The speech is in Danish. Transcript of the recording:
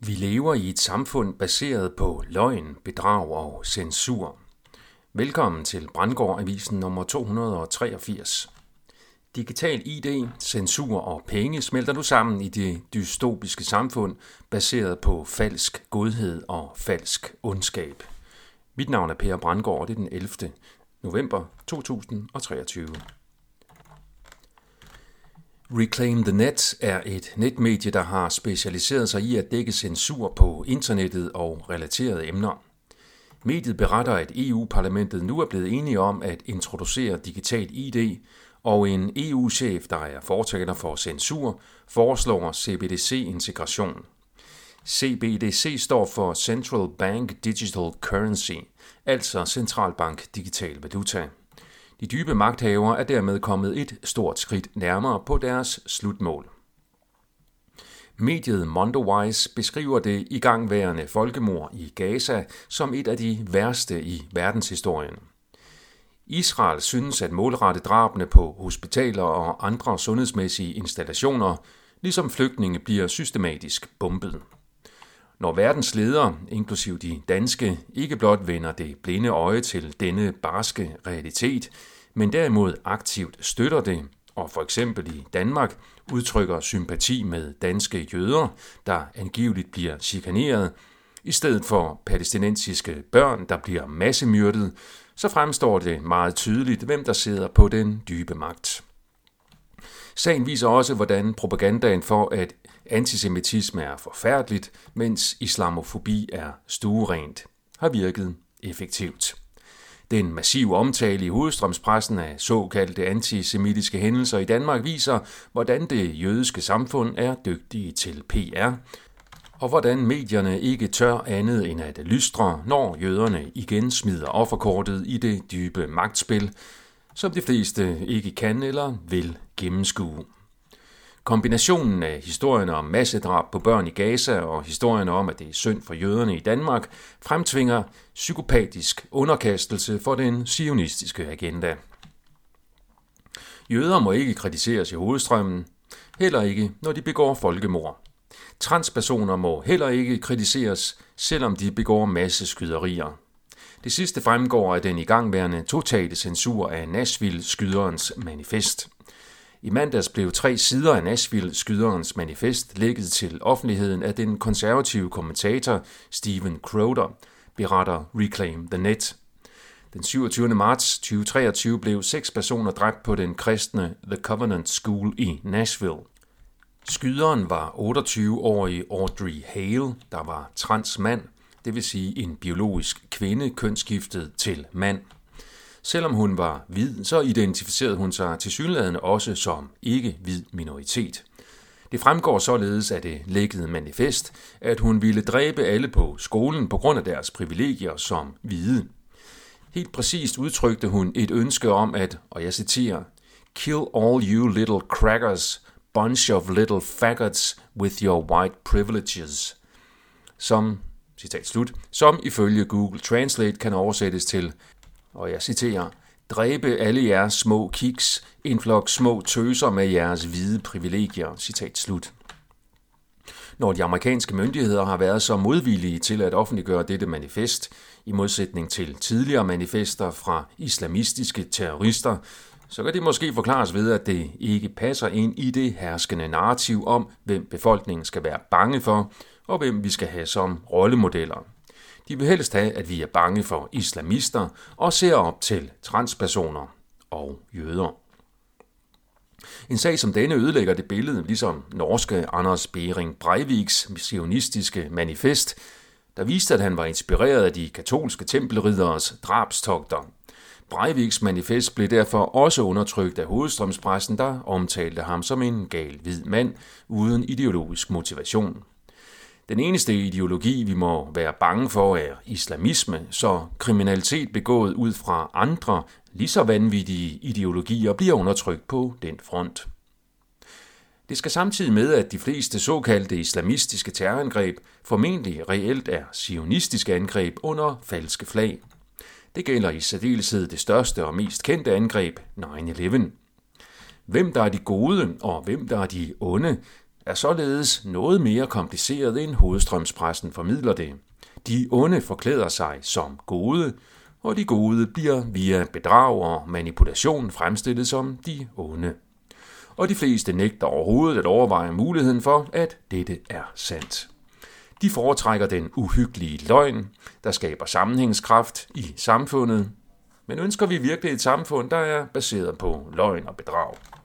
Vi lever i et samfund baseret på løgn, bedrag og censur. Velkommen til Brandgård-avisen nummer 283. Digital ID, censur og penge smelter nu sammen i det dystopiske samfund, baseret på falsk godhed og falsk ondskab. Mit navn er Per Brandgård, og det er den 11. november 2023. Reclaim the Net er et netmedie, der har specialiseret sig i at dække censur på internettet og relaterede emner. Mediet beretter, at EU-parlamentet nu er blevet enige om at introducere digital ID, og en EU-chef, der er fortaler for censur, foreslår CBDC-integration. CBDC står for Central Bank Digital Currency, altså centralbank digital valuta. De dybe magthavere er dermed kommet et stort skridt nærmere på deres slutmål. Mediet Mondoweiss beskriver det igangværende folkemord i Gaza som et af de værste i verdenshistorien. Israel synes at målrette drabene på hospitaler og andre sundhedsmæssige installationer, ligesom flygtninge bliver systematisk bombet. Når verdens ledere, inklusive de danske, ikke blot vender det blinde øje til denne barske realitet, men derimod aktivt støtter det, og for eksempel i Danmark udtrykker sympati med danske jøder, der angiveligt bliver chikaneret, i stedet for palæstinensiske børn, der bliver massemyrdet, så fremstår det meget tydeligt, hvem der sidder på den dybe magt. Sagen viser også, hvordan propagandaen for, at antisemitisme er forfærdeligt, mens islamofobi er stuerent, har virket effektivt. Den massive omtale i hovedstrømspressen af såkaldte antisemitiske hændelser i Danmark viser, hvordan det jødiske samfund er dygtige til PR, og hvordan medierne ikke tør andet end at lystre, når jøderne igen smider offerkortet i det dybe magtspil, som de fleste ikke kan eller vil gennemskue. Kombinationen af historierne om massedrab på børn i Gaza og historierne om, at det er synd for jøderne i Danmark, fremtvinger psykopatisk underkastelse for den zionistiske agenda. Jøder må ikke kritiseres i hovedstrømmen, heller ikke når de begår folkemord. Transpersoner må heller ikke kritiseres, selvom de begår masseskyderier. Det sidste fremgår af den igangværende totale censur af Nashville-skyderens manifest. I mandags blev 3 sider af Nashville-skyderens manifest lækket til offentligheden af den konservative kommentator Steven Crowder, beretter Reclaim the Net. Den 27. marts 2023 blev 6 personer dræbt på den kristne The Covenant School i Nashville. Skyderen var 28-årig Audrey Hale, der var transmand, det vil sige en biologisk kvinde kønsskiftet til mand. Selvom hun var hvid, så identificerede hun sig tilsyneladende også som ikke-hvid minoritet. Det fremgår således af det lækkede manifest, at hun ville dræbe alle på skolen på grund af deres privilegier som hvide. Helt præcist udtrykte hun et ønske om at, og jeg citerer, "kill all you little crackers, bunch of little faggots with your white privileges", som ifølge Google Translate kan oversættes til, og jeg citerer, "dræbe alle jeres små kiks, en flok små tøser med jeres hvide privilegier", citat slut. Når de amerikanske myndigheder har været så modvillige til at offentliggøre dette manifest, i modsætning til tidligere manifester fra islamistiske terrorister, så kan det måske forklares ved, at det ikke passer ind i det herskende narrativ om, hvem befolkningen skal være bange for, og hvem vi skal have som rollemodeller. De vil helst have, at vi er bange for islamister og ser op til transpersoner og jøder. En sag som denne ødelægger det billede, ligesom norske Anders Behring Breiviks zionistiske manifest, der viste, at han var inspireret af de katolske tempelridderes drabstogter. Breiviks manifest blev derfor også undertrykt af hovedstrømspressen, der omtalte ham som en gal hvid mand uden ideologisk motivation. Den eneste ideologi, vi må være bange for, er islamisme, så kriminalitet begået ud fra andre, lige så vanvittige ideologier bliver undertrykt på den front. Det skal samtidig med, at de fleste såkaldte islamistiske terrorangreb formentlig reelt er zionistiske angreb under falske flag. Det gælder i særdeleshed det største og mest kendte angreb, 9/11. Hvem der er de gode og hvem der er de onde, er således noget mere kompliceret, end hovedstrømspressen formidler det. De onde forklæder sig som gode, og de gode bliver via bedrag og manipulation fremstillet som de onde. Og de fleste nægter overhovedet at overveje muligheden for, at dette er sandt. De foretrækker den uhyggelige løgn, der skaber sammenhængskraft i samfundet. Men ønsker vi virkelig et samfund, der er baseret på løgn og bedrag?